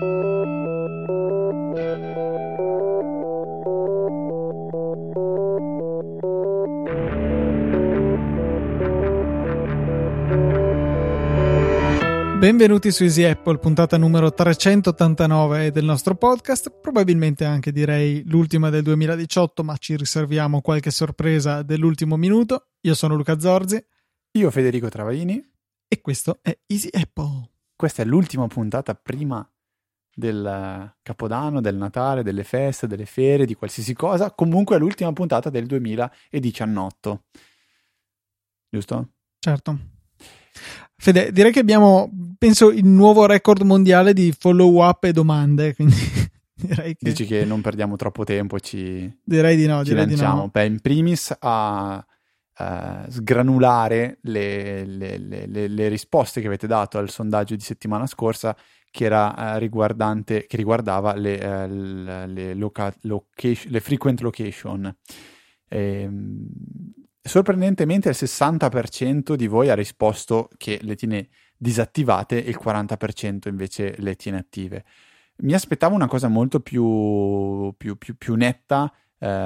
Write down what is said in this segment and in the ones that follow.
Benvenuti su Easy Apple, puntata numero 389 del nostro podcast, probabilmente anche direi l'ultima del 2018, ma ci riserviamo qualche sorpresa dell'ultimo minuto. Io sono Luca Zorzi. Io Federico Travaini. E questo è Easy Apple. Questa è l'ultima puntata prima del Capodanno, del Natale, delle feste, delle ferie, di qualsiasi cosa. Comunque è l'ultima puntata del 2019. Giusto? Certo. Fede, direi che abbiamo, penso, il nuovo record mondiale di follow up e domande, quindi direi che... Dici che non perdiamo troppo tempo, direi di no, ci direi lanciamo. Di no. Beh, in primis a sgranulare le risposte che avete dato al sondaggio di settimana scorsa, che era che riguardava le frequent location. Sorprendentemente il 60% di voi ha risposto che le tiene disattivate e il 40% invece le tiene attive. Mi aspettavo una cosa molto più netta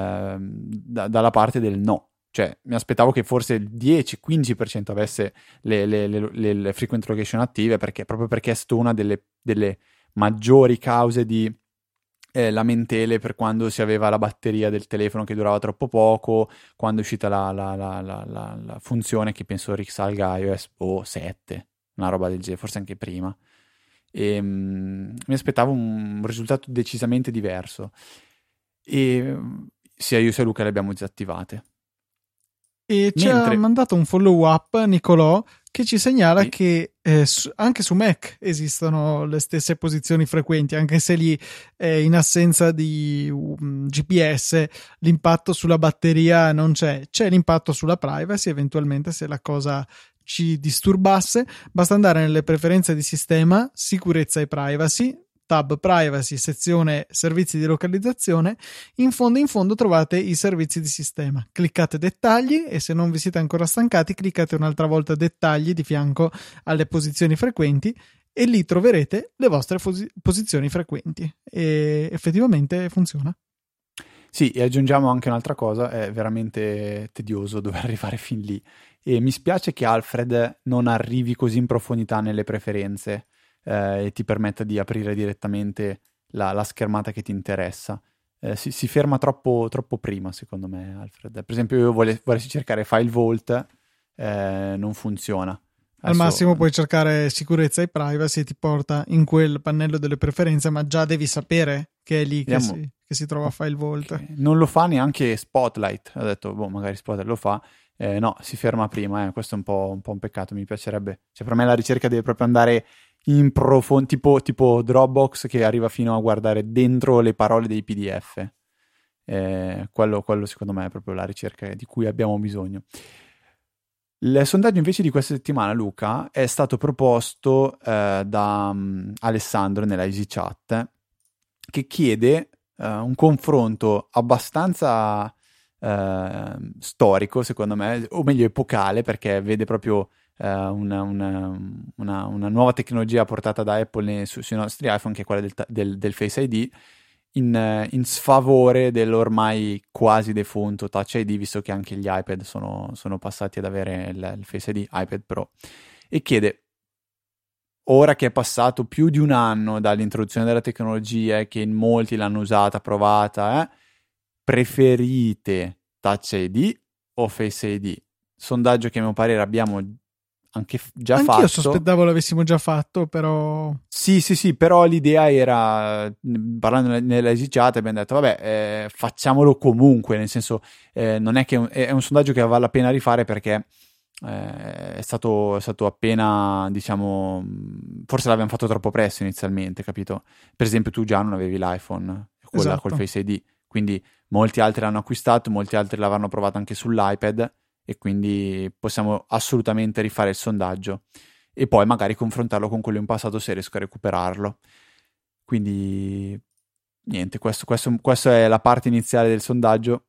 dalla parte del no. Cioè, mi aspettavo che forse il 10-15% avesse le frequent location attive, proprio perché è stata una delle maggiori cause di lamentele per quando si aveva la batteria del telefono che durava troppo poco, quando è uscita la funzione che penso risalga a iOS 7, una roba del genere, forse anche prima. E mi aspettavo un risultato decisamente diverso. E sia io sia Luca le abbiamo disattivate. E ci ha mandato un follow up Nicolò che ci segnala che anche su Mac esistono le stesse posizioni frequenti, anche se lì in assenza di GPS l'impatto sulla batteria non c'è l'impatto sulla privacy. Eventualmente, se la cosa ci disturbasse, basta andare nelle preferenze di sistema, sicurezza e privacy, tab privacy, sezione servizi di localizzazione. In fondo trovate i servizi di sistema, cliccate dettagli e se non vi siete ancora stancati cliccate un'altra volta dettagli di fianco alle posizioni frequenti e lì troverete le vostre posizioni frequenti e effettivamente funziona. Sì, e aggiungiamo anche un'altra cosa, è veramente tedioso dover arrivare fin lì e mi spiace che Alfred non arrivi così in profondità nelle preferenze e ti permetta di aprire direttamente la schermata che ti interessa. Si ferma troppo prima, secondo me, Alfred. Per esempio, io volessi cercare File Vault, non funziona. Al massimo puoi cercare sicurezza e privacy e ti porta in quel pannello delle preferenze, ma già devi sapere che è lì che si trova File Vault. Okay. Non lo fa neanche Spotlight. Ho detto, magari Spotlight lo fa. No, si ferma prima. Questo è un po' un peccato, mi piacerebbe. Cioè, per me la ricerca deve proprio andare in profondo, tipo Dropbox che arriva fino a guardare dentro le parole dei PDF. Quello secondo me è proprio la ricerca di cui abbiamo bisogno. Il sondaggio invece di questa settimana, Luca, è stato proposto da Alessandro nella EasyChat, che chiede un confronto abbastanza storico, secondo me, o meglio epocale, perché vede proprio una nuova tecnologia portata da Apple sui nostri iPhone, che è quella del Face ID, in sfavore dell'ormai quasi defunto Touch ID, visto che anche gli iPad sono passati ad avere il Face ID, iPad Pro, e chiede: ora che è passato più di un anno dall'introduzione della tecnologia e che in molti l'hanno usata, provata, preferite Touch ID o Face ID? Sondaggio che a mio parere abbiamo anche già fatto. Anch'io sospettavo l'avessimo già fatto, però... Sì, però l'idea era, parlando nella EasyChat, abbiamo detto, vabbè, facciamolo comunque, nel senso, non è che è un sondaggio che vale la pena rifare perché è stato appena, diciamo, forse l'abbiamo fatto troppo presto inizialmente, capito? Per esempio tu già non avevi l'iPhone, esatto, col Face ID, quindi molti altri l'hanno acquistato, molti altri l'avranno provato anche sull'iPad, e quindi possiamo assolutamente rifare il sondaggio e poi magari confrontarlo con quello in passato se riesco a recuperarlo. Quindi niente, questo è la parte iniziale del sondaggio.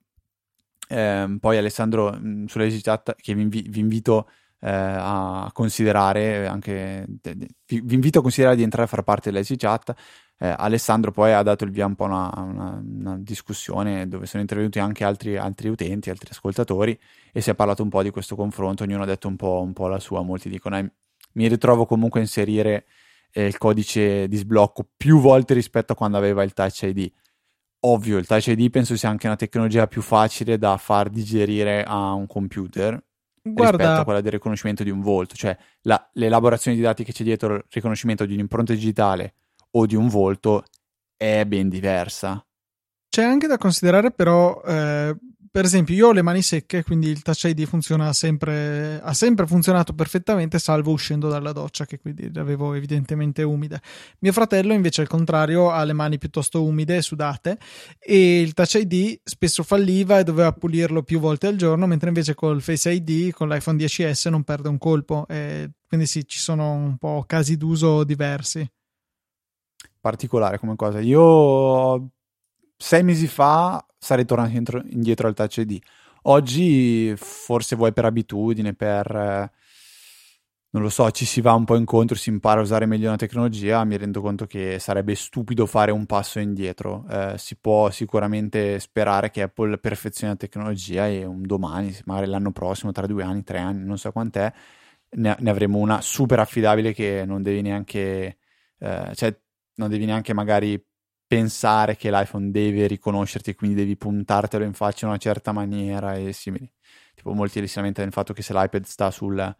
Poi Alessandro, sulla EasyChat, che vi invito a considerare anche, vi invito a considerare di entrare a far parte della EasyChat. Alessandro poi ha dato il via un po' una discussione dove sono intervenuti anche altri utenti, altri ascoltatori, e si è parlato un po' di questo confronto, ognuno ha detto un po' la sua. Molti dicono mi ritrovo comunque a inserire il codice di sblocco più volte rispetto a quando aveva il Touch ID. Ovvio, il Touch ID penso sia anche una tecnologia più facile da far digerire a un computer rispetto a quella del riconoscimento di un volto, cioè l'elaborazione di dati che c'è dietro il riconoscimento di un'impronta digitale o di un volto è ben diversa. C'è anche da considerare però, per esempio, io ho le mani secche, quindi il Touch ID ha sempre funzionato perfettamente, salvo uscendo dalla doccia, che quindi le avevo evidentemente umide. Mio fratello invece al contrario ha le mani piuttosto umide e sudate, e il Touch ID spesso falliva e doveva pulirlo più volte al giorno, mentre invece col Face ID, con l'iPhone XS, non perde un colpo. Quindi sì, ci sono un po' casi d'uso diversi. Particolare come cosa. Io 6 mesi fa sarei tornato indietro al Touch ID. Oggi forse vuoi per abitudine, non lo so, ci si va un po' incontro, si impara a usare meglio una tecnologia. Mi rendo conto che sarebbe stupido fare un passo indietro. Si può sicuramente sperare che Apple perfezioni la tecnologia e un domani, magari l'anno prossimo, tra 2 anni, 3 anni, non so quant'è, ne avremo una super affidabile che non devi neanche non devi neanche magari pensare che l'iPhone deve riconoscerti e quindi devi puntartelo in faccia in una certa maniera e simili. Tipo molti si lamentano del fatto che se l'iPad sta sulla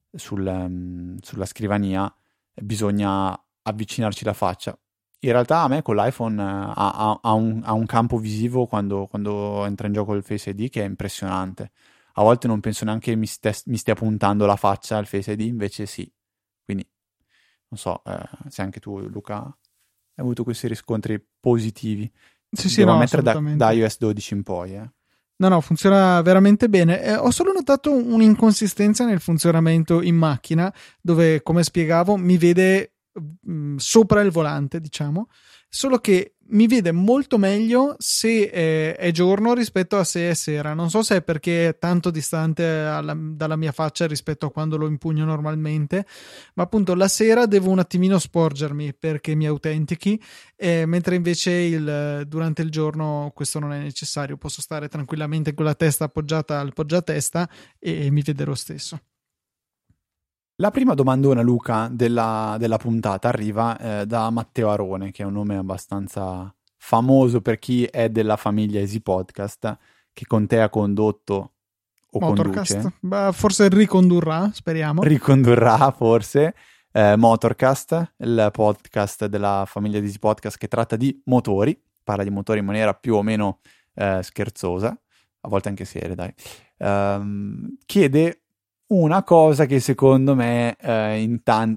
scrivania bisogna avvicinarci la faccia. In realtà a me con l'iPhone ha un campo visivo quando entra in gioco il Face ID che è impressionante. A volte non penso neanche che mi stia puntando la faccia al Face ID, invece sì. Quindi non so se anche tu, Luca, hai avuto questi riscontri positivi. Sì, Devo no, mettere da iOS 12 in poi. No, funziona veramente bene. Ho solo notato un'inconsistenza nel funzionamento in macchina, dove, come spiegavo, mi vede sopra il volante, diciamo, solo che mi vede molto meglio se è giorno rispetto a se è sera. Non so se è perché è tanto distante dalla mia faccia rispetto a quando lo impugno normalmente, ma appunto la sera devo un attimino sporgermi perché mi autentichi, mentre invece durante il giorno questo non è necessario. Posso stare tranquillamente con la testa appoggiata al poggiatesta e mi vede lo stesso. La prima domandona, Luca, della puntata arriva da Matteo Arone, che è un nome abbastanza famoso per chi è della famiglia Easy Podcast, che con te ha condotto o Motorcast. conduce. Forse ricondurrà, speriamo. Ricondurrà, forse. Motorcast, il podcast della famiglia Easy Podcast che tratta di motori, parla di motori in maniera più o meno scherzosa, a volte anche seria, dai. Chiede una cosa che secondo me in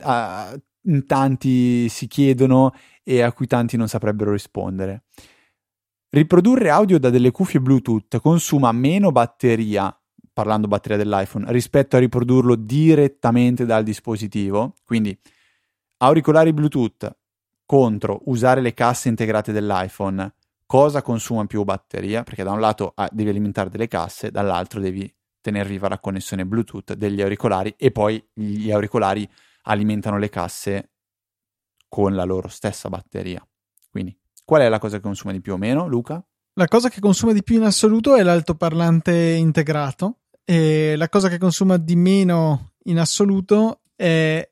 tanti si chiedono e a cui tanti non saprebbero rispondere. Riprodurre audio da delle cuffie Bluetooth consuma meno batteria, parlando batteria dell'iPhone, rispetto a riprodurlo direttamente dal dispositivo? Quindi auricolari Bluetooth contro usare le casse integrate dell'iPhone, cosa consuma più batteria? Perché da un lato devi alimentare delle casse, dall'altro devi tenere viva la connessione Bluetooth degli auricolari e poi gli auricolari alimentano le casse con la loro stessa batteria. Quindi, qual è la cosa che consuma di più o meno, Luca? La cosa che consuma di più in assoluto è l'altoparlante integrato, e la cosa che consuma di meno in assoluto è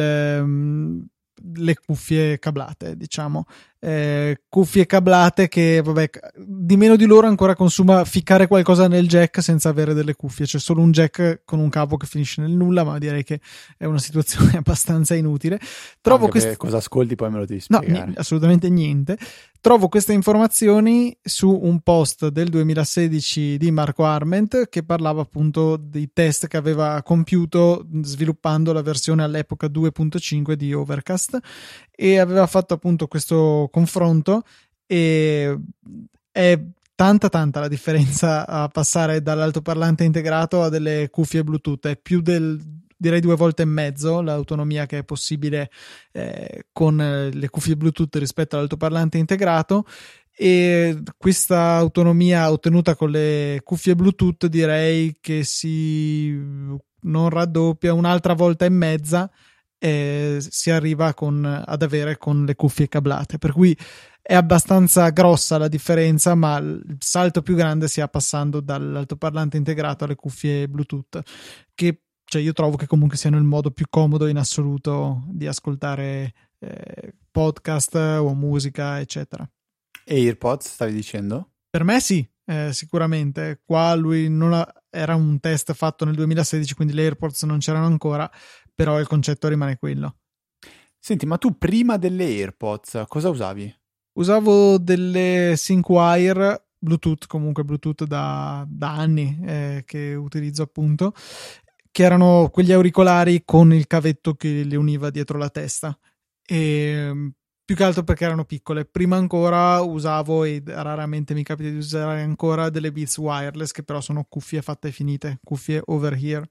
le cuffie cablate, diciamo. Cuffie cablate che, vabbè, di meno di loro ancora consuma ficcare qualcosa nel jack senza avere delle cuffie. C'è solo un jack con un cavo che finisce nel nulla, ma direi che è una situazione abbastanza inutile. Trovo cosa ascolti poi me lo devi spiegare. No, assolutamente niente. Trovo queste informazioni su un post del 2016 di Marco Arment che parlava appunto dei test che aveva compiuto sviluppando la versione all'epoca 2.5 di Overcast, e aveva fatto appunto questo confronto, e è tanta la differenza a passare dall'altoparlante integrato a delle cuffie Bluetooth. È più direi 2 volte e mezzo l'autonomia che è possibile con le cuffie Bluetooth rispetto all'altoparlante integrato, e questa autonomia ottenuta con le cuffie Bluetooth direi che si non raddoppia, un'altra volta e mezza, si arriva ad avere con le cuffie cablate, per cui è abbastanza grossa la differenza, ma il salto più grande si ha passando dall'altoparlante integrato alle cuffie Bluetooth, che cioè io trovo che comunque siano il modo più comodo in assoluto di ascoltare podcast o musica, eccetera. E AirPods stavi dicendo? Per me sì, sicuramente. Qua lui era un test fatto nel 2016, quindi le AirPods non c'erano ancora, però il concetto rimane quello. Senti, ma tu prima delle AirPods cosa usavi? Usavo delle SyncWire Bluetooth, comunque Bluetooth da anni che utilizzo appunto, che erano quegli auricolari con il cavetto che li univa dietro la testa, e più che altro perché erano piccole. Prima ancora usavo, e raramente mi capita di usare ancora, delle Beats wireless, che però sono cuffie fatte finite, cuffie over ear.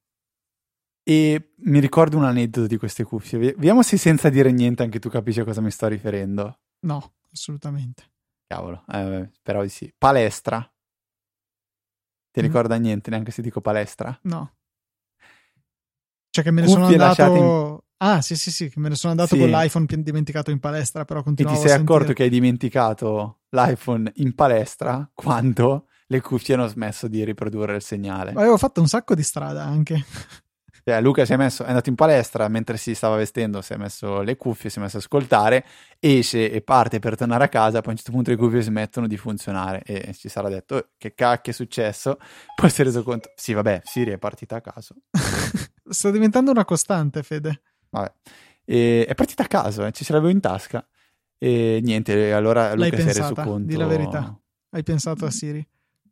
E mi ricordo un aneddoto di queste cuffie. Vediamo se senza dire niente anche tu capisci a cosa mi sto riferendo. No, assolutamente. Cavolo, spero di sì. Palestra. Ti ricorda niente neanche se dico palestra? No. Cioè che me ne sono andato... Ah, sì, che me ne sono andato con l'iPhone dimenticato in palestra, però continuavo a sentire. E ti sei accorto che hai dimenticato l'iPhone in palestra quando le cuffie hanno smesso di riprodurre il segnale? Ma avevo fatto un sacco di strada anche. Cioè, Luca è andato in palestra, mentre si stava vestendo si è messo le cuffie, si è messo ad ascoltare, esce e parte per tornare a casa, poi a un certo punto le cuffie smettono di funzionare e ci sarà detto che cacchio è successo, poi si è reso conto, sì vabbè, Siri è partita a caso. Sta diventando una costante, Fede. Vabbè. È partita a caso, ci ce l'avevo in tasca e niente, allora Luca si è reso conto. Di la verità, hai pensato a Siri?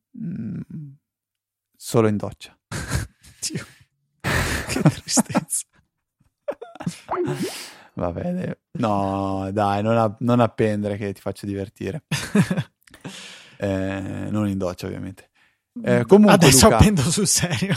Solo in doccia. Dio. Che tristezza. Vabbè, no, dai, non appendere che ti faccio divertire. Non in doccia, ovviamente. Comunque, adesso Luca... appendo sul serio.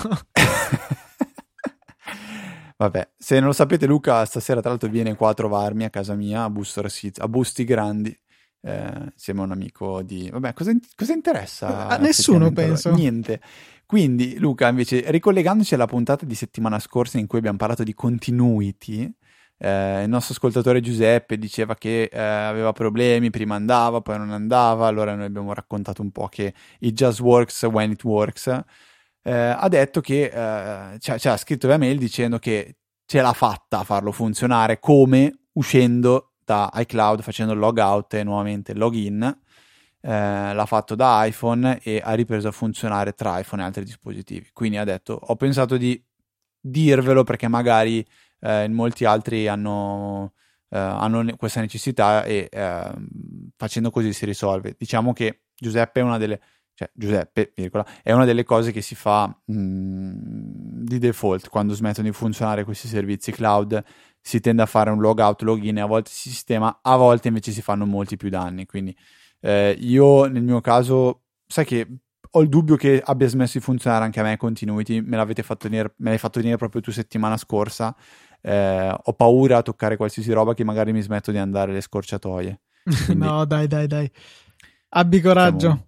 Vabbè, se non lo sapete, Luca stasera tra l'altro viene qua a trovarmi a casa mia a Busti Grandi, insieme a un amico di... Vabbè, cosa interessa? A nessuno, penso. Niente. Quindi, Luca, invece, ricollegandoci alla puntata di settimana scorsa in cui abbiamo parlato di continuity, il nostro ascoltatore Giuseppe diceva che aveva problemi, prima andava, poi non andava, allora noi abbiamo raccontato un po' che it just works when it works. Ha detto che ci ha scritto via mail dicendo che ce l'ha fatta a farlo funzionare come uscendo da iCloud, facendo il logout e nuovamente il login. L'ha fatto da iPhone e ha ripreso a funzionare tra iPhone e altri dispositivi. Quindi ha detto: ho pensato di dirvelo perché magari in molti altri hanno questa necessità e facendo così si risolve. Diciamo che Giuseppe è una delle è una delle cose che si fa di default quando smettono di funzionare questi servizi cloud. Si tende a fare un logout, login e a volte si sistema, a volte invece si fanno molti più danni. Quindi io nel mio caso, sai che ho il dubbio che abbia smesso di funzionare anche a me Continuity, me l'hai fatto venire proprio tu settimana scorsa. Ho paura a toccare qualsiasi roba che magari mi smetto di andare le scorciatoie. Quindi, no, dai. Abbi coraggio.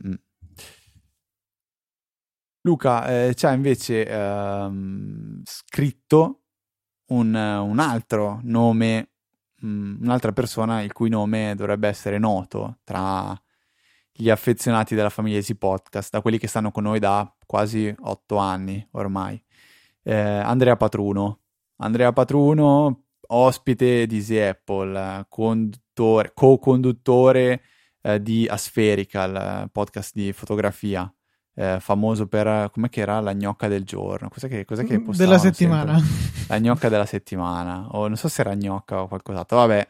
Luca ci ha invece scritto un altro nome, un'altra persona il cui nome dovrebbe essere noto tra gli affezionati della famiglia Easy Podcast, da quelli che stanno con noi da quasi 8 anni ormai. Andrea Patruno, ospite di Easy Apple, co-conduttore di Aspherical, podcast di fotografia. Famoso per com'è che era la gnocca del giorno, cos'è che della settimana sempre? La gnocca della settimana, o non so se era gnocca o qualcos'altro, vabbè.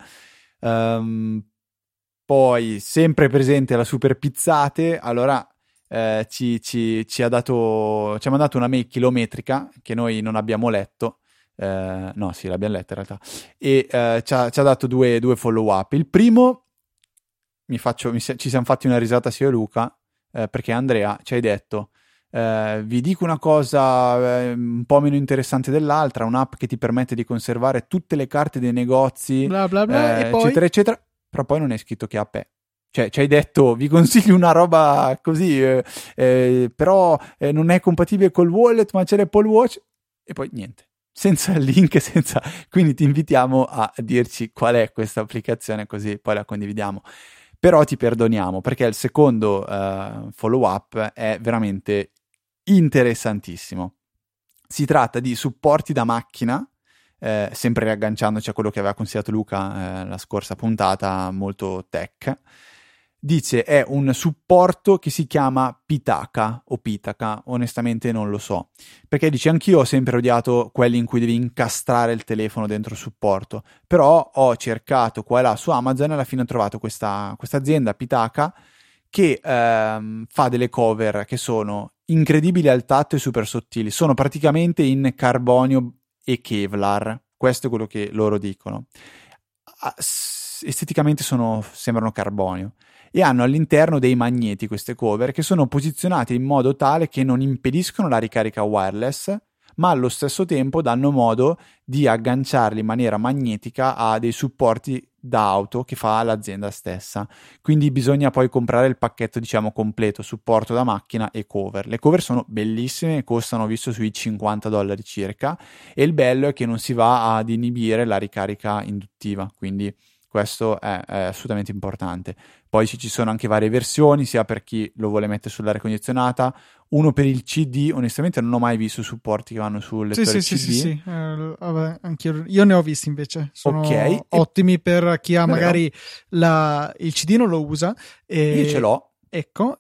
Poi sempre presente alla Super Pizzate, allora ci ha mandato una mail chilometrica che noi non abbiamo letto, no sì l'abbiamo letta in realtà, e ci ha dato due follow up. Il primo ci siamo fatti una risata sia io e Luca, perché Andrea ci hai detto vi dico una cosa un po' meno interessante dell'altra, un'app che ti permette di conservare tutte le carte dei negozi, bla bla bla, e poi... eccetera eccetera, però poi non hai scritto che app è. Cioè ci hai detto vi consiglio una roba così, però non è compatibile col wallet ma c'è l'Apple Watch, e poi niente. senza link, quindi ti invitiamo a dirci qual è questa applicazione, così poi la condividiamo. Però ti perdoniamo, perché il secondo follow up è veramente interessantissimo. Si tratta di supporti da macchina, sempre riagganciandoci a quello che aveva consigliato Luca la scorsa puntata, molto tech. Dice è un supporto che si chiama Pitaka o Pitaka, onestamente non lo so, perché dice anch'io ho sempre odiato quelli in cui devi incastrare il telefono dentro il supporto, però ho cercato qua e là su Amazon e alla fine ho trovato questa azienda Pitaka che fa delle cover che sono incredibili al tatto e super sottili, sono praticamente in carbonio e Kevlar, questo è quello che loro dicono. Esteticamente sembrano carbonio e hanno all'interno dei magneti queste cover che sono posizionate in modo tale che non impediscono la ricarica wireless, ma allo stesso tempo danno modo di agganciarli in maniera magnetica a dei supporti da auto che fa l'azienda stessa. Quindi bisogna poi comprare il pacchetto, diciamo, completo, supporto da macchina e cover. Le cover sono bellissime, costano, visto, sui $50 circa, e il bello è che non si va ad inibire la ricarica induttiva, quindi questo è assolutamente importante. Poi ci sono anche varie versioni, sia per chi lo vuole mettere sull'aria condizionata, uno per il CD. Onestamente non ho mai visto supporti che vanno sul lettore CD. Sì. Vabbè, anch'io, io ne ho visti invece, sono ottimi per chi ha magari il CD non lo usa. Io ce l'ho. Ecco,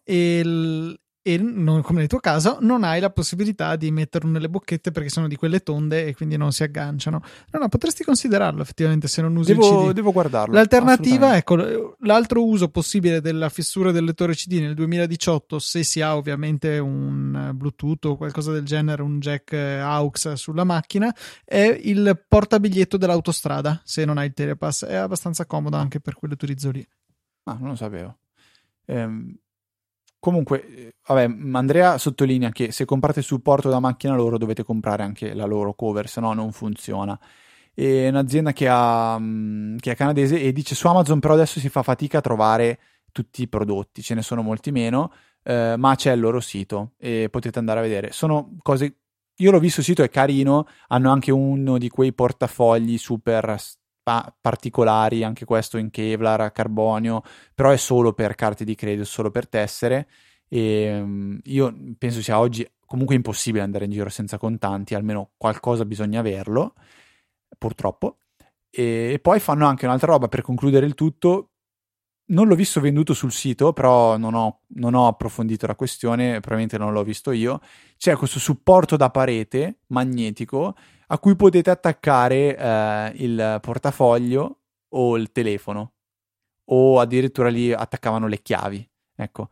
e non, come nel tuo caso non hai la possibilità di metterlo nelle bocchette perché sono di quelle tonde e quindi non si agganciano. No, potresti considerarlo effettivamente se non usi il CD. Devo guardarlo. L'alternativa, ecco, l'altro uso possibile della fessura del lettore CD nel 2018, se si ha ovviamente un Bluetooth o qualcosa del genere, un jack AUX sulla macchina, è il portabiglietto dell'autostrada. Se non hai il Telepass è abbastanza comodo anche per quell'utilizzo lì. Ah, non lo sapevo. Comunque, vabbè, Andrea sottolinea che se comprate il supporto da macchina loro dovete comprare anche la loro cover, se no non funziona. È un'azienda che è canadese e dice su Amazon però adesso si fa fatica a trovare tutti i prodotti, ce ne sono molti meno, ma c'è il loro sito e potete andare a vedere. Sono cose, io l'ho visto, il sito è carino, hanno anche uno di quei portafogli super particolari, anche questo in Kevlar, carbonio, però è solo per carte di credito, solo per tessere, e io penso sia oggi comunque impossibile andare in giro senza contanti, almeno qualcosa bisogna averlo, purtroppo. E poi fanno anche un'altra roba per concludere il tutto. Non l'ho visto venduto sul sito, però non ho approfondito la questione, probabilmente non l'ho visto io. C'è questo supporto da parete magnetico a cui potete attaccare il portafoglio o il telefono, o addirittura lì attaccavano le chiavi. Ecco,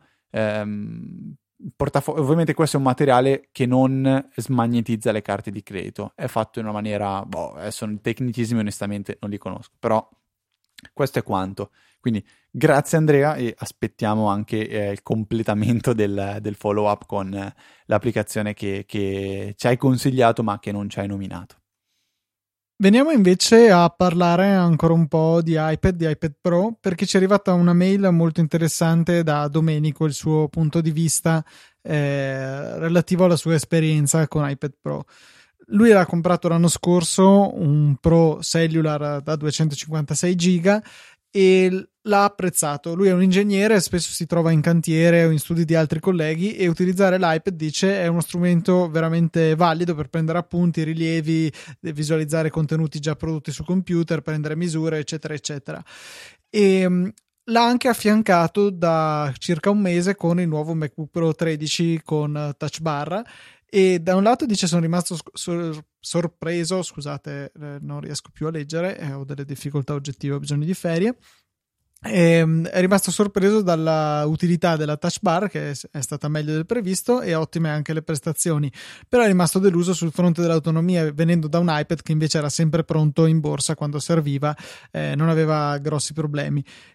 ovviamente questo è un materiale che non smagnetizza le carte di credito, è fatto in una maniera, sono tecnicismi, onestamente non li conosco, però questo è quanto. Quindi grazie Andrea, e aspettiamo anche il completamento del follow up con l'applicazione che ci hai consigliato ma che non ci hai nominato. Veniamo invece a parlare ancora un po' di iPad Pro, perché ci è arrivata una mail molto interessante da Domenico, il suo punto di vista relativo alla sua esperienza con iPad Pro. Lui era comprato l'anno scorso un Pro Cellular da 256 giga e l'ha apprezzato. Lui è un ingegnere, spesso si trova in cantiere o in studi di altri colleghi, e utilizzare l'iPad, dice, è uno strumento veramente valido per prendere appunti, rilievi, visualizzare contenuti già prodotti su computer, prendere misure, eccetera eccetera. E l'ha anche affiancato da circa un mese con il nuovo MacBook Pro 13 con Touch Bar. E da un lato dice sono rimasto sorpreso, scusate, non riesco più a leggere, ho delle difficoltà oggettive, ho bisogno di ferie. È rimasto sorpreso dalla utilità della touch bar, che è stata meglio del previsto, e ottime anche le prestazioni, però è rimasto deluso sul fronte dell'autonomia, venendo da un iPad che invece era sempre pronto in borsa quando serviva, non aveva grossi problemi.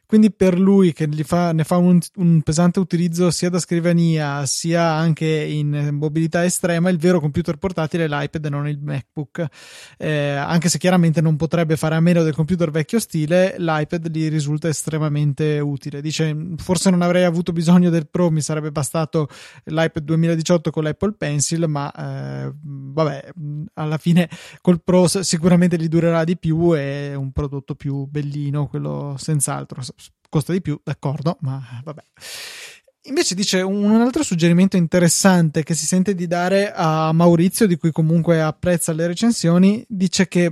quindi per lui che ne fa un pesante utilizzo sia da scrivania sia anche in mobilità estrema, il vero computer portatile è l'iPad e non il MacBook, anche se chiaramente non potrebbe fare a meno del computer vecchio stile, l'iPad gli risulta estremamente utile. Dice forse non avrei avuto bisogno del Pro, mi sarebbe bastato l'iPad 2018 con l'Apple Pencil, ma vabbè, alla fine col Pro sicuramente gli durerà di più, è un prodotto più bellino, quello senz'altro, costa di più, d'accordo, ma vabbè. Invece dice un altro suggerimento interessante che si sente di dare a Maurizio, di cui comunque apprezza le recensioni, dice che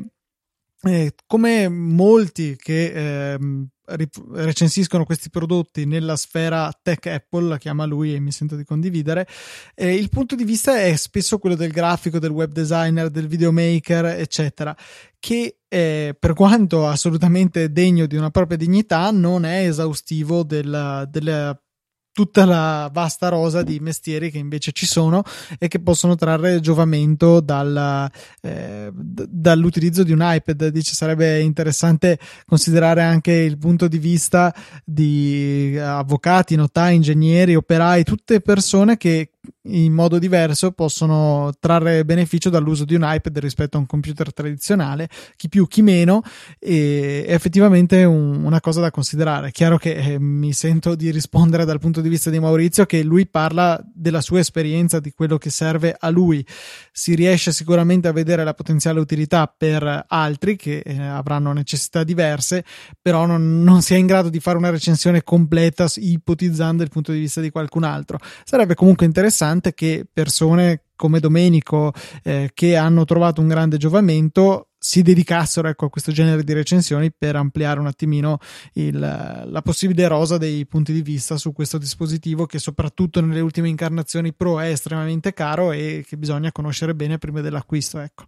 come molti che recensiscono questi prodotti nella sfera tech Apple, la chiama lui e mi sento di condividere, il punto di vista è spesso quello del grafico, del web designer, del videomaker, eccetera, che per quanto assolutamente degno di una propria dignità non è esaustivo della tutta la vasta rosa di mestieri che invece ci sono e che possono trarre giovamento dall'utilizzo di un iPad. Dice sarebbe interessante considerare anche il punto di vista di avvocati, notai, ingegneri, operai, tutte persone che in modo diverso possono trarre beneficio dall'uso di un iPad rispetto a un computer tradizionale, chi più chi meno, e è effettivamente una cosa da considerare. Chiaro che mi sento di rispondere dal punto di vista di Maurizio, che lui parla della sua esperienza, di quello che serve a lui. Si riesce sicuramente a vedere la potenziale utilità per altri che avranno necessità diverse, però non si è in grado di fare una recensione completa ipotizzando il punto di vista di qualcun altro. Sarebbe comunque interessante che persone come Domenico che hanno trovato un grande giovamento si dedicassero, ecco, a questo genere di recensioni per ampliare un attimino la possibile rosa dei punti di vista su questo dispositivo, che soprattutto nelle ultime incarnazioni Pro è estremamente caro e che bisogna conoscere bene prima dell'acquisto, ecco.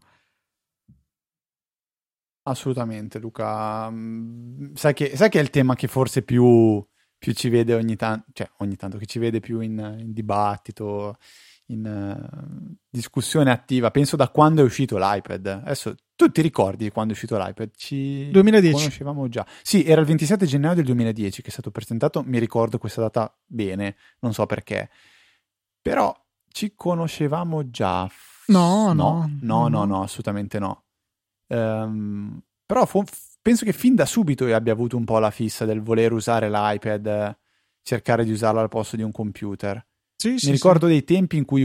Assolutamente, Luca. Sai che è il tema che forse più ci vede ogni tanto, che ci vede più in dibattito, in discussione attiva. Penso da quando è uscito l'iPad. Adesso tu ti ricordi quando è uscito l'iPad? 2010. Conoscevamo già. Sì, era il 27 gennaio del 2010 che è stato presentato. Mi ricordo questa data bene, non so perché. Però ci conoscevamo già. No, assolutamente no. Però penso che fin da subito io abbia avuto un po' la fissa del voler usare l'iPad, cercare di usarlo al posto di un computer. Mi ricordo dei tempi in cui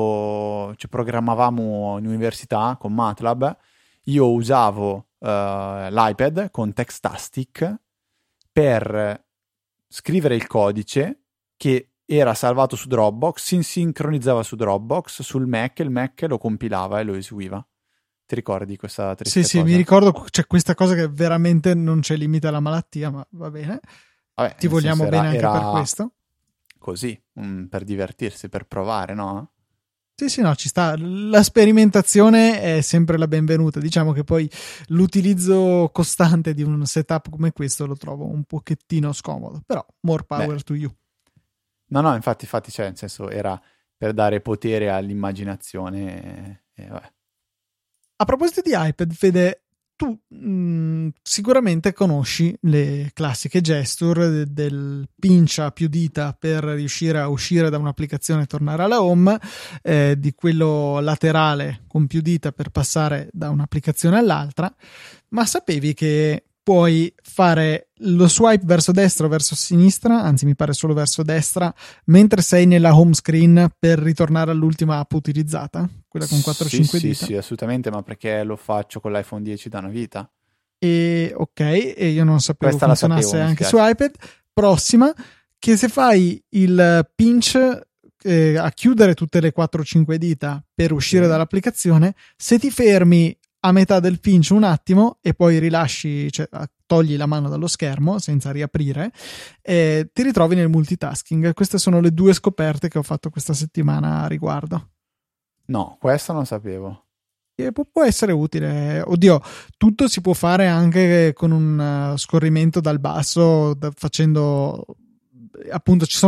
programmavamo in università con MATLAB. Io usavo l'iPad con Textastic per scrivere il codice che era salvato su Dropbox, si sincronizzava su Dropbox, sul Mac, il Mac lo compilava e lo eseguiva. Ti ricordi questa triste cosa? Sì, mi ricordo, c'è questa cosa che veramente non c'è limite alla malattia, ma va bene. Vabbè, ti vogliamo bene anche per questo. Così, per divertirsi, per provare, no? Sì, no, ci sta. La sperimentazione è sempre la benvenuta. Diciamo che poi l'utilizzo costante di un setup come questo lo trovo un pochettino scomodo, però more power to you. No, infatti, cioè, nel senso, era per dare potere all'immaginazione e vabbè. A proposito di iPad, Fede, tu sicuramente conosci le classiche gesture del pincia più dita per riuscire a uscire da un'applicazione e tornare alla home, di quello laterale con più dita per passare da un'applicazione all'altra, ma sapevi che puoi fare lo swipe verso destra o verso sinistra, anzi mi pare solo verso destra, mentre sei nella home screen per ritornare all'ultima app utilizzata, quella con 4-5 dita? Sì, assolutamente, ma perché lo faccio con l'iPhone 10 da una vita. E io non sapevo questa funzionasse anche su iPad. Prossima, che se fai il pinch a chiudere tutte le 4-5 dita per uscire dall'applicazione, se ti fermi a metà del pinch un attimo e poi rilasci, cioè togli la mano dallo schermo senza riaprire, ti ritrovi nel multitasking. Queste sono le 2 scoperte che ho fatto questa settimana a riguardo. No, questa non sapevo. E può essere utile. Oddio, tutto si può fare anche con un scorrimento dal basso, facendo appunto, ci sono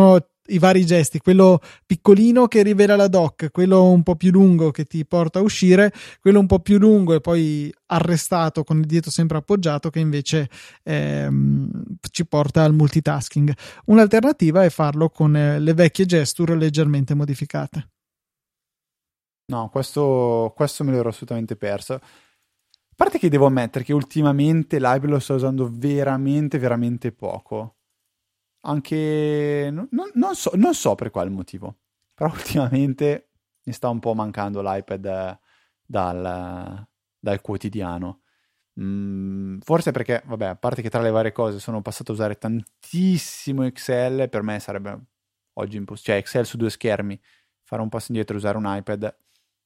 i vari gesti, quello piccolino che rivela la dock, quello un po' più lungo che ti porta a uscire, quello un po' più lungo e poi arrestato con il dito sempre appoggiato che invece ci porta al multitasking. Un'alternativa è farlo con le vecchie gesture leggermente modificate. No, questo me l'ero assolutamente perso. A parte che devo ammettere che ultimamente l'iPad lo sto usando veramente, veramente poco. Anche... non so per quale motivo. Però ultimamente mi sta un po' mancando l'iPad dal quotidiano. Forse perché, vabbè, a parte che tra le varie cose sono passato a usare tantissimo Excel, per me sarebbe oggi impossibile. Cioè Excel su 2 schermi, fare un passo indietro e usare un iPad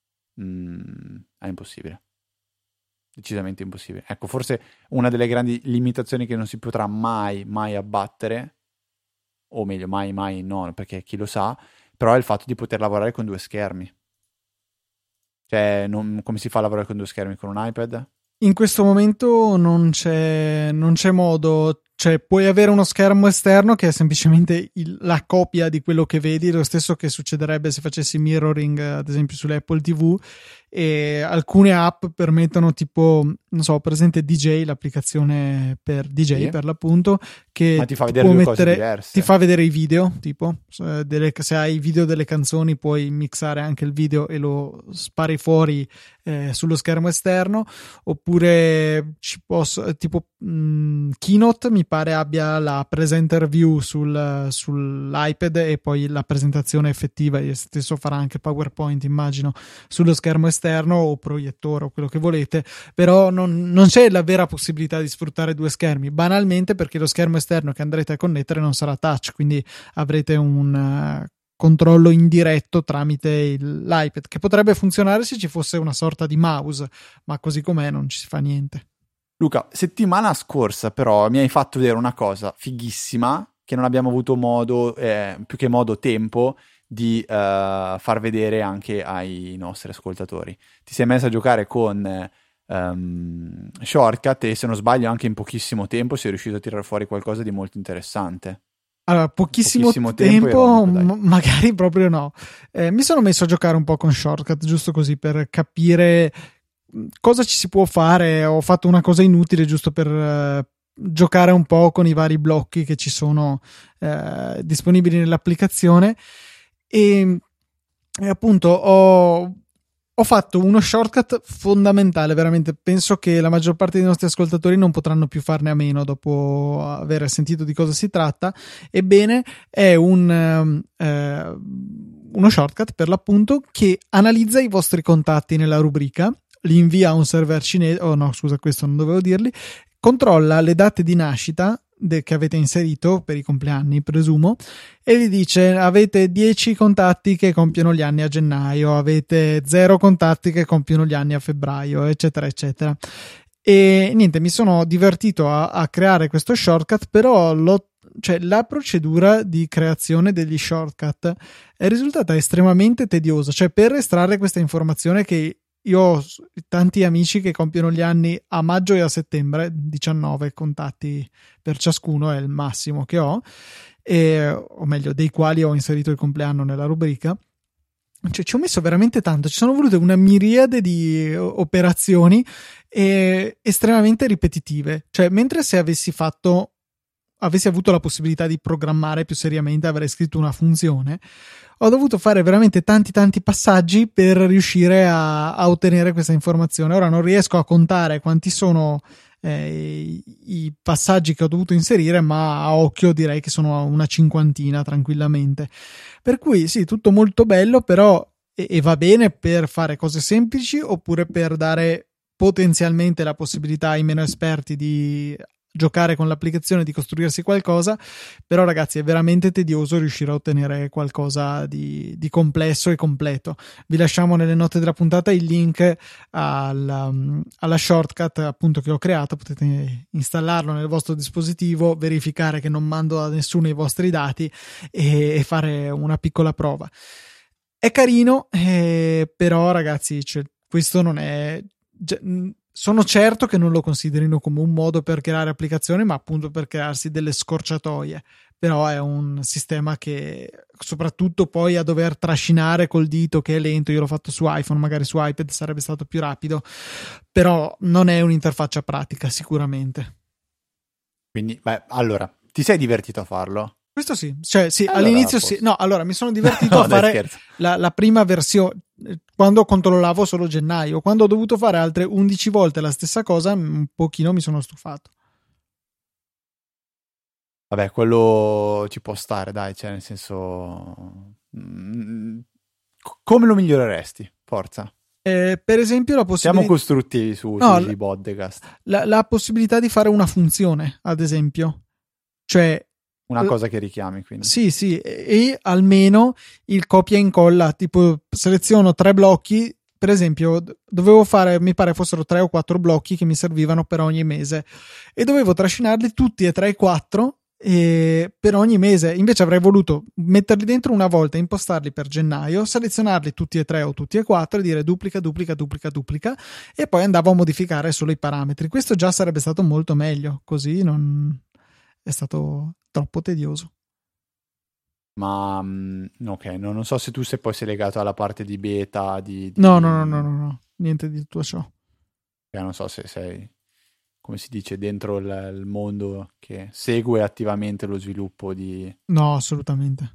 è impossibile. Decisamente impossibile. Ecco, forse una delle grandi limitazioni che non si potrà mai abbattere, o meglio, mai no, perché chi lo sa, però è il fatto di poter lavorare con 2 schermi. Cioè, come si fa a lavorare con 2 schermi con un iPad? In questo momento non c'è modo, cioè puoi avere uno schermo esterno che è semplicemente la copia di quello che vedi, lo stesso che succederebbe se facessi mirroring ad esempio sulle Apple TV, e alcune app permettono tipo, non so, presente DJ, l'applicazione per DJ, sì, per l'appunto, che ma ti fa vedere due cose diverse. Ti fa vedere i video, tipo se hai video delle canzoni puoi mixare anche il video e lo spari fuori sullo schermo esterno, oppure tipo Keynote mi pare abbia la presenter view sull'iPad e poi la presentazione effettiva, e stesso farà anche PowerPoint immagino sullo schermo esterno o proiettore o quello che volete, però non c'è la vera possibilità di sfruttare 2 schermi, banalmente perché lo schermo esterno che andrete a connettere non sarà touch, quindi avrete un controllo indiretto tramite l'iPad, che potrebbe funzionare se ci fosse una sorta di mouse, ma così com'è non ci si fa niente. Luca, settimana scorsa però mi hai fatto vedere una cosa fighissima che non abbiamo avuto modo, più che tempo di far vedere anche ai nostri ascoltatori. Ti sei messo a giocare con Shortcut e, se non sbaglio, anche in pochissimo tempo sei riuscito a tirare fuori qualcosa di molto interessante. Allora, pochissimo tempo magari proprio no. Mi sono messo a giocare un po' con Shortcut, giusto così per capire cosa ci si può fare. Ho fatto una cosa inutile giusto per giocare un po' con i vari blocchi che ci sono disponibili nell'applicazione, e appunto ho fatto uno shortcut fondamentale, veramente. Penso che la maggior parte dei nostri ascoltatori non potranno più farne a meno dopo aver sentito di cosa si tratta. Ebbene, è uno shortcut per l'appunto che analizza i vostri contatti nella rubrica, li invia a un server cinese, questo non dovevo dirli, controlla le date di nascita che avete inserito per i compleanni, presumo, e vi dice: avete 10 contatti che compiono gli anni a gennaio, avete 0 contatti che compiono gli anni a febbraio, eccetera eccetera. E niente, mi sono divertito a creare questo shortcut, però la procedura di creazione degli shortcut è risultata estremamente tediosa. Cioè, per estrarre questa informazione, che io ho tanti amici che compiono gli anni a maggio e a settembre, 19 contatti per ciascuno è il massimo che ho, o meglio, dei quali ho inserito il compleanno nella rubrica. Cioè, ci ho messo veramente tanto, ci sono volute una miriade di operazioni estremamente ripetitive. Cioè, mentre se avessi avuto la possibilità di programmare più seriamente, avrei scritto una funzione, ho dovuto fare veramente tanti passaggi per riuscire a ottenere questa informazione. Ora non riesco a contare quanti sono i passaggi che ho dovuto inserire, ma a occhio direi che sono una 50 tranquillamente. Per cui sì, tutto molto bello, però e va bene per fare cose semplici, oppure per dare potenzialmente la possibilità ai meno esperti di giocare con l'applicazione, di costruirsi qualcosa. Però ragazzi, è veramente tedioso riuscire a ottenere qualcosa di complesso e completo. Vi lasciamo nelle note della puntata il link alla shortcut appunto che ho creato, potete installarlo nel vostro dispositivo, verificare che non mando a nessuno i vostri dati e fare una piccola prova. È carino, però ragazzi, questo non è... Sono certo che non lo considerino come un modo per creare applicazioni, ma appunto per crearsi delle scorciatoie. però è un sistema che soprattutto poi a dover trascinare col dito, che è lento. Io l'ho fatto su iPhone, magari su iPad sarebbe stato più rapido, però non è un'interfaccia pratica sicuramente. Quindi, allora, ti sei divertito a farlo? Questo sì, cioè sì, allora, all'inizio sì. No, allora mi sono divertito no, a fare la prima versione quando controllavo solo gennaio. Quando ho dovuto fare altre 11 volte la stessa cosa, un pochino mi sono stufato. Vabbè, quello ci può stare, dai, cioè nel senso... come lo miglioreresti? Forza. Per esempio la possibilità... Siamo costruttivi sui podcast. La possibilità di fare una funzione, ad esempio. Cioè... Una cosa che richiami, quindi. Sì, e almeno il copia e incolla, tipo seleziono 3 blocchi, per esempio dovevo fare, mi pare fossero 3 o 4 blocchi che mi servivano per ogni mese e dovevo trascinarli tutti e 3 e 4 per ogni mese. Invece avrei voluto metterli dentro una volta, impostarli per gennaio, selezionarli tutti e 3 o tutti e 4 e dire duplica e poi andavo a modificare solo i parametri. Questo già sarebbe stato molto meglio, così non è stato troppo tedioso. Ma ok, non so se tu sei legato alla parte di beta No, niente di tutto ciò. Non so se sei, come si dice, dentro il mondo che segue attivamente lo sviluppo di... No, assolutamente.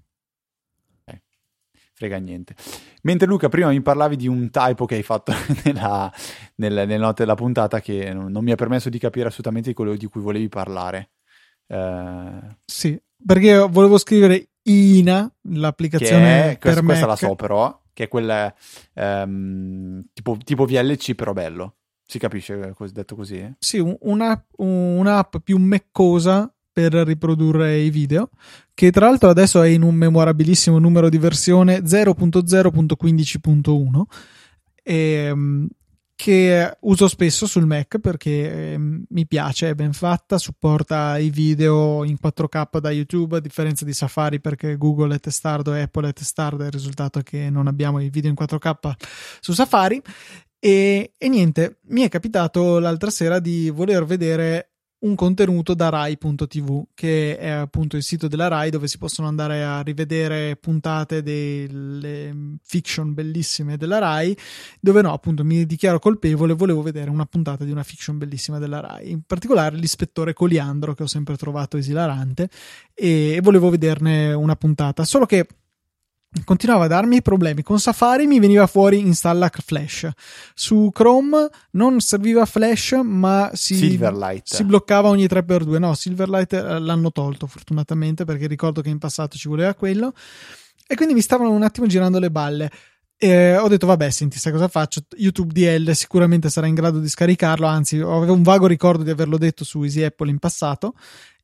Frega niente. Mentre Luca, prima mi parlavi di un typo che hai fatto nelle note della puntata che non mi ha permesso di capire assolutamente di quello di cui volevi parlare. Sì, perché volevo scrivere Ina, l'applicazione per Mac. Questa la so però, che è quella tipo VLC però bello. Si capisce detto così? Sì, un'app più meccosa per riprodurre i video, che tra l'altro adesso è in un memorabilissimo numero di versione 0.0.15.1 che uso spesso sul Mac perché mi piace, è ben fatta, supporta i video in 4K da YouTube a differenza di Safari, perché Google è testardo e Apple è testardo, il risultato è che non abbiamo i video in 4K su Safari. E niente, mi è capitato l'altra sera di voler vedere un contenuto da Rai.tv, che è appunto il sito della Rai dove si possono andare a rivedere puntate delle fiction bellissime della Rai, dove no, appunto mi dichiaro colpevole, volevo vedere una puntata di una fiction bellissima della Rai, in particolare l'ispettore Coliandro, che ho sempre trovato esilarante, e volevo vederne una puntata, solo che continuava a darmi problemi. Con Safari mi veniva fuori installa Flash, su Chrome non serviva Flash ma si bloccava ogni 3x2. No, Silverlight l'hanno tolto fortunatamente, perché ricordo che in passato ci voleva quello, e quindi mi stavano un attimo girando le balle. Ho detto vabbè, senti, sai cosa faccio? YouTube DL sicuramente sarà in grado di scaricarlo, anzi avevo un vago ricordo di averlo detto su Easy Apple in passato,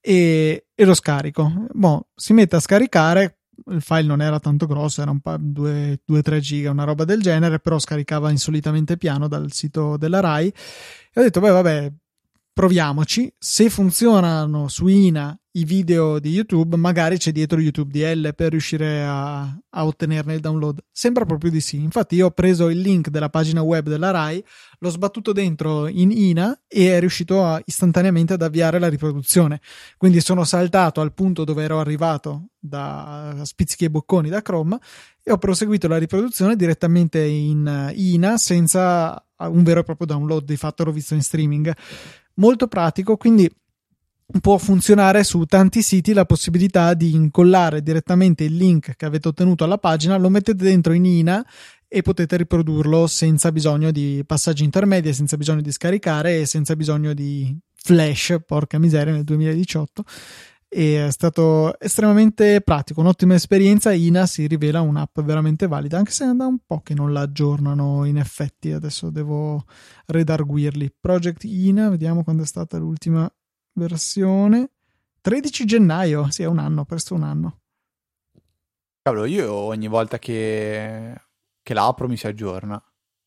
e lo scarico. Si mette a scaricare. Il file non era tanto grosso, era un po' 2-3 giga, una roba del genere, però scaricava insolitamente piano dal sito della Rai, e ho detto vabbè, proviamoci. Se funzionano su Ina i video di YouTube, magari c'è dietro YouTube DL per riuscire a ottenerne il download. Sembra proprio di sì. Infatti io ho preso il link della pagina web della Rai, l'ho sbattuto dentro in Ina e è riuscito istantaneamente ad avviare la riproduzione. Quindi sono saltato al punto dove ero arrivato da spizzichi e bocconi da Chrome e ho proseguito la riproduzione direttamente in Ina senza un vero e proprio download. Di fatto l'ho visto in streaming. Molto pratico, quindi può funzionare su tanti siti la possibilità di incollare direttamente il link che avete ottenuto alla pagina, lo mettete dentro in Ina e potete riprodurlo senza bisogno di passaggi intermedi, senza bisogno di scaricare e senza bisogno di Flash, porca miseria, nel 2018. E è stato estremamente pratico, un'ottima esperienza. Ina si rivela un'app veramente valida, anche se da un po' che non la aggiornano in effetti. Adesso devo redarguirli. Project Ina, vediamo quando è stata l'ultima versione. 13 gennaio, sì, è un anno, presto un anno. Cavolo, io ogni volta che la apro mi si aggiorna.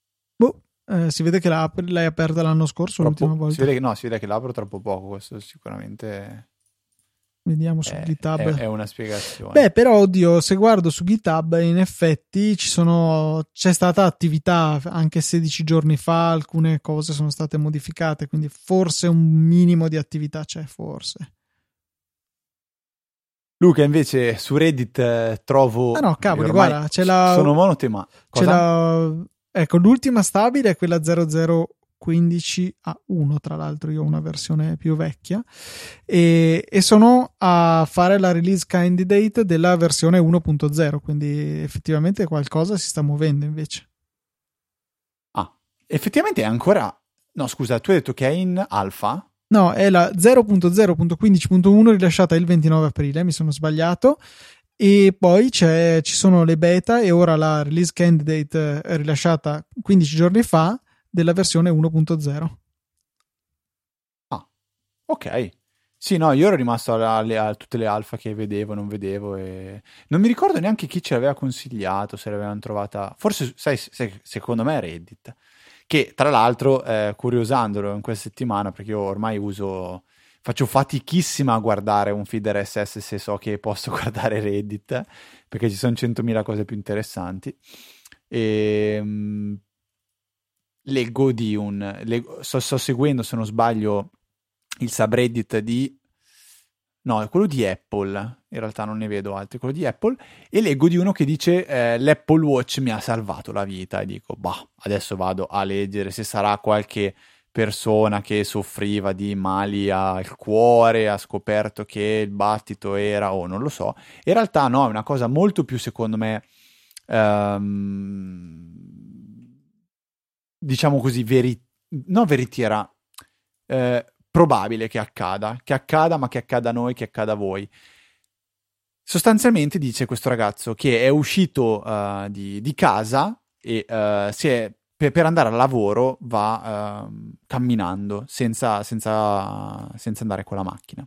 Si vede che l'hai aperta l'anno scorso, l'ultima volta. Si vede che l'apro troppo poco, questo sicuramente... Vediamo su GitHub. È una spiegazione. Però oddio, se guardo su GitHub in effetti c'è stata attività anche 16 giorni fa, alcune cose sono state modificate, quindi forse un minimo di attività c'è, forse. Luca, invece, su Reddit trovo... Ah no, cavoli, guarda, c'è la... Sono monotema. C'è la... Ecco, l'ultima stabile è quella 0015A1, tra l'altro io ho una versione più vecchia, e sono a fare la release candidate della versione 1.0, quindi effettivamente qualcosa si sta muovendo invece. Ah, effettivamente è ancora... No, scusa, tu hai detto che è in alfa? No, è la 0.0.15.1 rilasciata il 29 aprile, mi sono sbagliato. E poi ci sono le beta e ora la release candidate è rilasciata 15 giorni fa della versione 1.0. Ah, ok. Sì, no, io ero rimasto a tutte le alfa che vedevo, non vedevo e non mi ricordo neanche chi ce l'aveva consigliato, se l'avevano trovata. Forse, sai, secondo me è Reddit, che tra l'altro, curiosandolo in questa settimana, perché io ormai faccio fatichissima a guardare un feed RSS se so che posso guardare Reddit, perché ci sono 100.000 cose più interessanti. E leggo di sto seguendo, se non sbaglio, il subreddit di... No, è quello di Apple, in realtà non ne vedo altri, quello di Apple, e leggo di uno che dice l'Apple Watch mi ha salvato la vita, e dico, adesso vado a leggere se sarà qualche persona che soffriva di mali al cuore, ha scoperto che il battito era, non lo so. In realtà no, è una cosa molto più, secondo me, diciamo così, non veritiera, probabile che accada, ma che accada a noi, che accada a voi. Sostanzialmente dice questo ragazzo che è uscito di casa e per andare al lavoro va camminando senza andare con la macchina.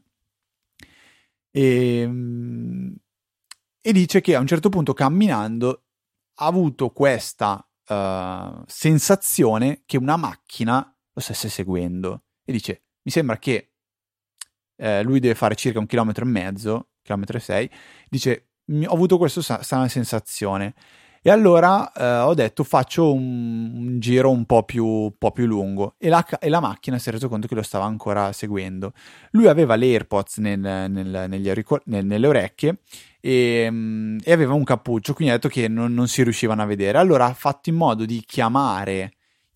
E dice che a un certo punto camminando ha avuto questa sensazione che una macchina lo stesse seguendo e dice: mi sembra che lui deve fare circa 1,5 km, 1,6 km, dice ho avuto questa strana sensazione e allora ho detto faccio un giro un po' più lungo e la macchina si è reso conto che lo stava ancora seguendo. Lui aveva le AirPods nelle orecchie e aveva un cappuccio, quindi ha detto che non si riuscivano a vedere. Allora ha fatto in modo di chiamare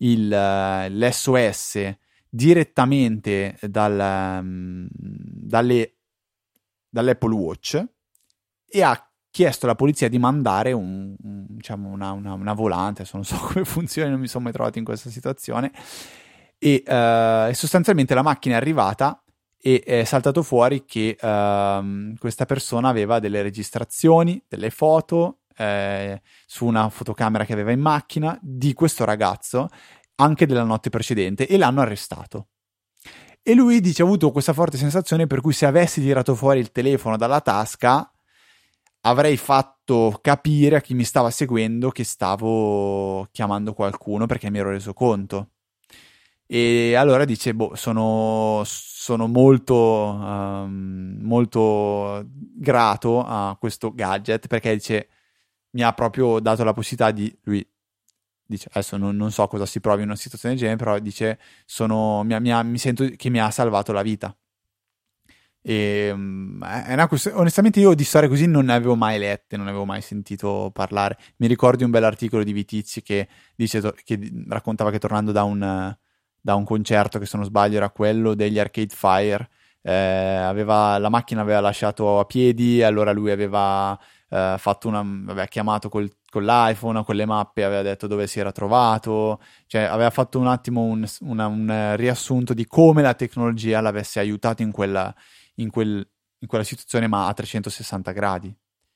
l'SOS direttamente dall'Apple Watch e ha chiesto alla polizia di mandare diciamo una volante. Adesso non so come funziona, non mi sono mai trovato in questa situazione e sostanzialmente la macchina è arrivata e è saltato fuori che questa persona aveva delle registrazioni, delle foto su una fotocamera che aveva in macchina di questo ragazzo anche della notte precedente e l'hanno arrestato. E lui dice ha avuto questa forte sensazione per cui se avessi tirato fuori il telefono dalla tasca avrei fatto capire a chi mi stava seguendo che stavo chiamando qualcuno perché mi ero reso conto. E allora dice sono molto molto grato a questo gadget perché dice mi ha proprio dato la possibilità di... Lui dice, adesso non so cosa si provi in una situazione del genere, però dice mi sento che mi ha salvato la vita. E è una questione, onestamente io di storie così non ne avevo mai lette, non ne avevo mai sentito parlare. Mi ricordi un bell'articolo di Vitizzi che raccontava che tornando da un concerto, che se non sbaglio era quello degli Arcade Fire, la macchina aveva lasciato a piedi, allora lui aveva aveva chiamato con l'iPhone, con le mappe, aveva detto dove si era trovato, cioè aveva fatto un attimo un riassunto di come la tecnologia l'avesse aiutato in quella situazione, ma a 360 gradi.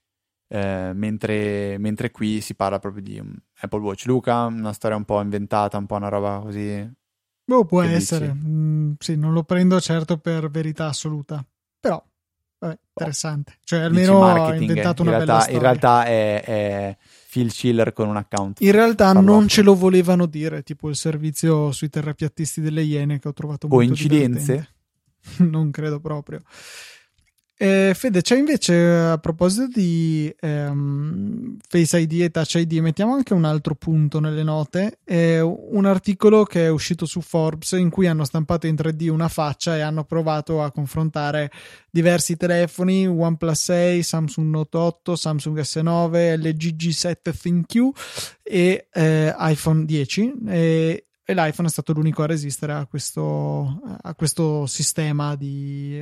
Mentre qui si parla proprio di Apple Watch. Luca, una storia un po' inventata, un po' una roba così. Può essere. Sì, non lo prendo certo per verità assoluta, però interessante. Cioè almeno ha inventato una bella storia. In realtà è Phil Schiller con un account. In realtà non ce lo volevano dire, tipo il servizio sui terrapiattisti delle Iene che ho trovato molto divertente. Coincidenze? Non credo proprio. Fede, c'è invece, a proposito di Face ID e Touch ID, mettiamo anche un altro punto nelle note, un articolo che è uscito su Forbes in cui hanno stampato in 3D una faccia e hanno provato a confrontare diversi telefoni, OnePlus 6, Samsung Note 8, Samsung S9, LG G7 ThinQ e iPhone 10, e l'iPhone è stato l'unico a resistere a questo sistema di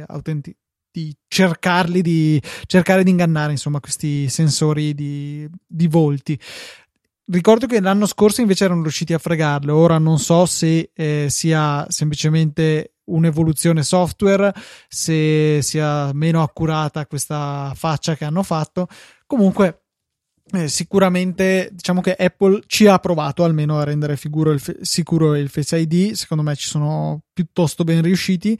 cercare di ingannare, insomma, questi sensori di volti. Ricordo che l'anno scorso invece erano riusciti a fregarlo. Ora non so se sia semplicemente un'evoluzione software, se sia meno accurata questa faccia che hanno fatto. Comunque sicuramente diciamo che Apple ci ha provato almeno a rendere sicuro il Face ID. Secondo me ci sono piuttosto ben riusciti,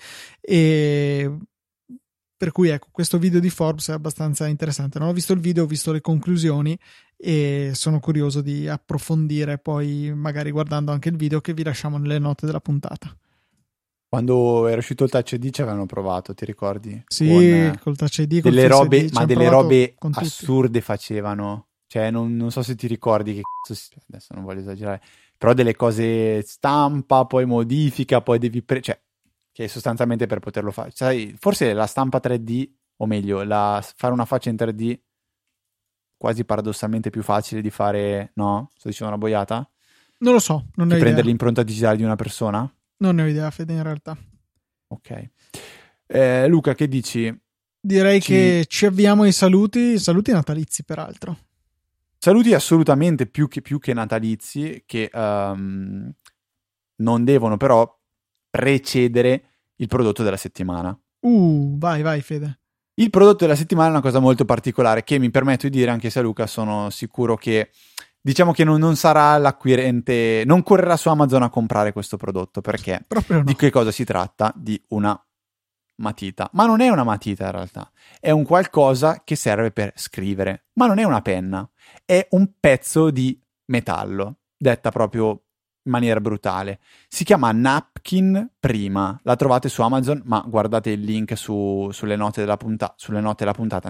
e per cui ecco, questo video di Forbes è abbastanza interessante. Non ho visto il video, ho visto le conclusioni e sono curioso di approfondire poi, magari guardando anche il video che vi lasciamo nelle note della puntata. Quando era uscito il Touch ID ci avevano provato, ti ricordi? Sì, col Touch ID, col delle robe, ID, ma delle robe assurde facevano. Cioè, non so se ti ricordi che cazzo, adesso non voglio esagerare, però delle cose stampa, poi modifica, poi devi cioè, che sostanzialmente per poterlo fare, sai, forse la stampa 3D, o meglio, fare una faccia in 3D quasi paradossalmente più facile di fare, no? Sto dicendo una boiata? Non lo so, non ne ho idea. Prendere l'impronta digitale di una persona? Non ne ho idea, Fede, in realtà. Ok. Luca, che dici? Direi che ci avviamo ai saluti natalizi, peraltro. Saluti assolutamente più che natalizi, che non devono però precedere il prodotto della settimana. Vai Fede. Il prodotto della settimana è una cosa molto particolare che mi permetto di dire, anche se a Luca sono sicuro che, diciamo che non sarà l'acquirente, non correrà su Amazon a comprare questo prodotto, perché proprio no. Di che cosa si tratta? Di una matita, ma non è una matita in realtà, è un qualcosa che serve per scrivere, ma non è una penna, è un pezzo di metallo, detta proprio in maniera brutale. Si chiama Napkin Prima, la trovate su Amazon, ma guardate il link nelle note della puntata,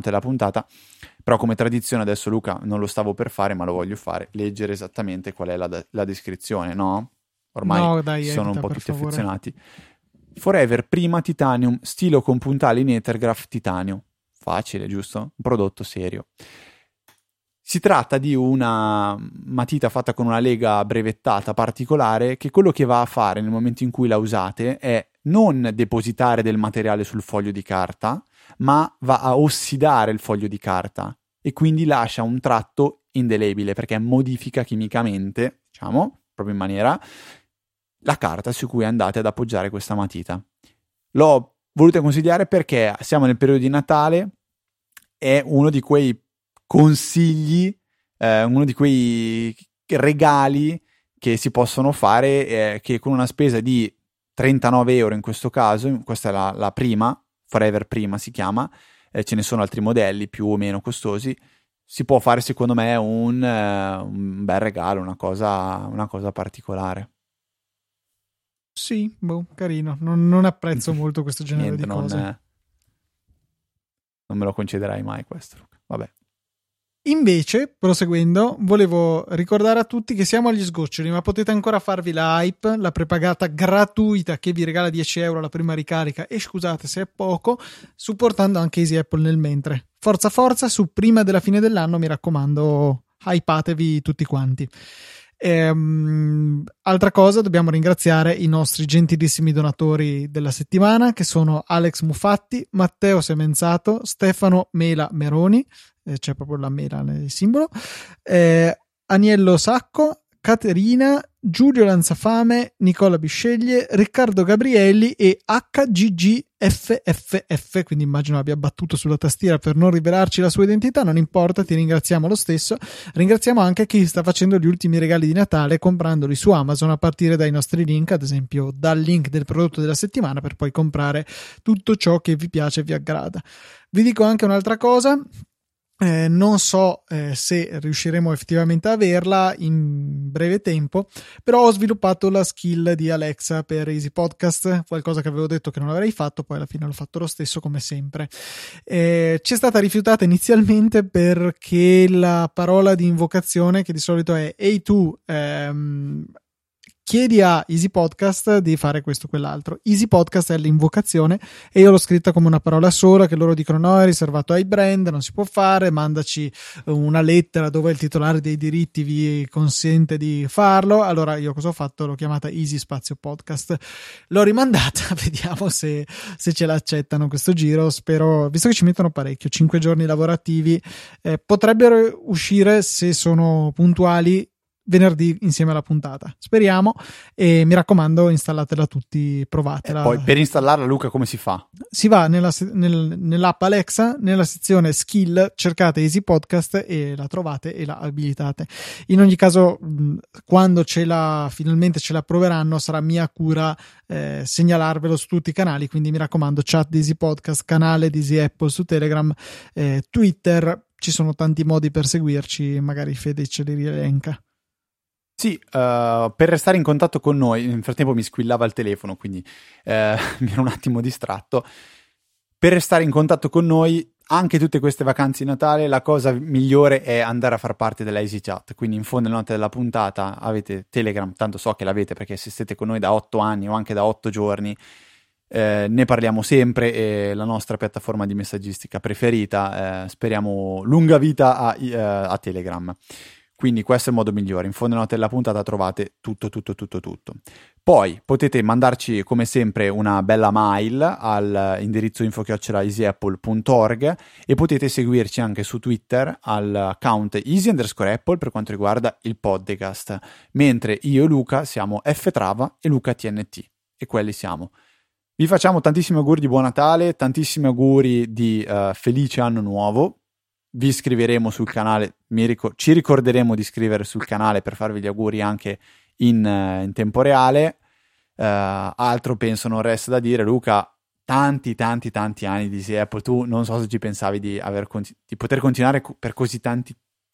però come tradizione adesso, Luca, non lo stavo per fare, ma lo voglio fare, leggere esattamente qual è la descrizione, no? Ormai sono un po' tutti affezionati. Forever Prima Titanium, stilo con puntali in Ethergraph titanio. Facile, giusto? Un prodotto serio. Si tratta di una matita fatta con una lega brevettata particolare, che quello che va a fare nel momento in cui la usate è non depositare del materiale sul foglio di carta, ma va a ossidare il foglio di carta e quindi lascia un tratto indelebile, perché modifica chimicamente, diciamo, proprio in maniera, la carta su cui andate ad appoggiare questa matita. L'ho voluta consigliare perché siamo nel periodo di Natale, è uno di quei consigli, uno di quei regali che si possono fare, che con una spesa di 39 euro in questo caso, questa è la prima, Forever Prima si chiama, ce ne sono altri modelli più o meno costosi, si può fare secondo me un bel regalo, una cosa particolare. Sì, carino, non apprezzo molto questo genere di cose. Non me lo concederai mai questo, vabbè. Invece, proseguendo, volevo ricordare a tutti che siamo agli sgoccioli, ma potete ancora farvi la Hype, la prepagata gratuita che vi regala 10 euro alla prima ricarica, e scusate se è poco, supportando anche Easy Apple nel mentre. Forza, su prima della fine dell'anno, mi raccomando, hypatevi tutti quanti. Altra cosa, dobbiamo ringraziare i nostri gentilissimi donatori della settimana, che sono Alex Mufatti, Matteo Semenzato, Stefano Mela Meroni, c'è proprio la mela nel simbolo, Aniello Sacco, Caterina, Giulio Lanzafame, Nicola Bisceglie, Riccardo Gabrielli e HGGFFF, quindi immagino abbia battuto sulla tastiera per non rivelarci la sua identità, non importa, ti ringraziamo lo stesso. Ringraziamo anche chi sta facendo gli ultimi regali di Natale comprandoli su Amazon a partire dai nostri link, ad esempio dal link del prodotto della settimana, per poi comprare tutto ciò che vi piace e vi aggrada. Vi dico anche un'altra cosa. Non so se riusciremo effettivamente a averla in breve tempo, però ho sviluppato la skill di Alexa per Easy Podcast, qualcosa che avevo detto che non avrei fatto, poi alla fine l'ho fatto lo stesso come sempre. Ci è stata rifiutata inizialmente perché la parola di invocazione, che di solito è ehi tu, chiedi a Easy Podcast di fare questo o quell'altro. Easy Podcast è l'invocazione e io l'ho scritta come una parola sola, che loro dicono no, è riservato ai brand, non si può fare, mandaci una lettera dove il titolare dei diritti vi consente di farlo. Allora io cosa ho fatto? L'ho chiamata Easy Spazio Podcast, l'ho rimandata, vediamo se ce l'accettano questo giro. Spero, visto che ci mettono parecchio, 5 giorni lavorativi, potrebbero uscire, se sono puntuali, venerdì insieme alla puntata, speriamo. E mi raccomando, installatela tutti, provatela. Poi per installarla, Luca, come si fa? Si va nell'app Alexa, nella sezione skill, cercate Easy Podcast e la trovate e la abilitate. In ogni caso, quando finalmente ce la proveranno, sarà mia cura segnalarvelo su tutti i canali, quindi mi raccomando, chat di Easy Podcast, canale di Easy Apple su Telegram, Twitter, ci sono tanti modi per seguirci, magari Fede ce li rielenca. Sì, per restare in contatto con noi, nel frattempo mi squillava il telefono, quindi mi ero un attimo distratto. Per restare in contatto con noi, anche tutte queste vacanze di Natale, la cosa migliore è andare a far parte della Easy Chat, quindi in fondo nelle note della puntata avete Telegram, tanto so che l'avete perché se siete con noi da 8 anni o anche da 8 giorni, ne parliamo sempre, è la nostra piattaforma di messaggistica preferita, speriamo lunga vita a Telegram. Quindi questo è il modo migliore. In fondo nella note della puntata trovate tutto. Poi potete mandarci come sempre una bella mail al indirizzo info@easyapple.org e potete seguirci anche su Twitter all'account easy_apple per quanto riguarda il podcast, mentre io e Luca siamo ftrava e Luca TNT, e quelli siamo. Vi facciamo tantissimi auguri di buon Natale, tantissimi auguri di felice anno nuovo. Vi scriveremo sul canale, ci ricorderemo di scrivere sul canale per farvi gli auguri anche in tempo reale. Altro penso non resta da dire. Luca, tanti anni di Easy Apple, tu non so se ci pensavi di poter continuare per così tanti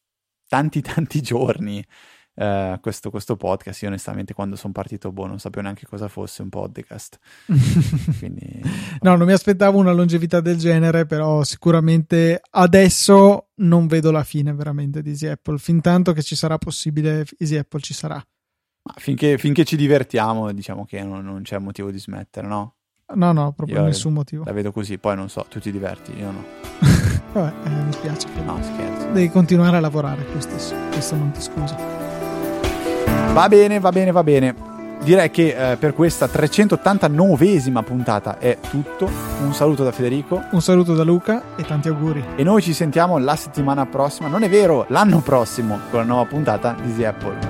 giorni questo podcast. Io onestamente quando sono partito non sapevo neanche cosa fosse un podcast. Quindi no, non mi aspettavo una longevità del genere, però sicuramente adesso non vedo la fine veramente di Easy Apple. Fin tanto che ci sarà possibile, Easy Apple ci sarà. Ma finché ci divertiamo, diciamo che non c'è motivo di smettere, no? No, proprio nessun motivo. La vedo così, poi non so, tu ti diverti, io no. Vabbè, mi spiace. No, scherzo. Devi continuare a lavorare tu stesso, questo non ti scusa. Va bene. Direi che per questa 389esima puntata è tutto. Un saluto da Federico. Un saluto da Luca e tanti auguri. E noi ci sentiamo la settimana prossima, non è vero, l'anno prossimo, con la nuova puntata di Easy Apple.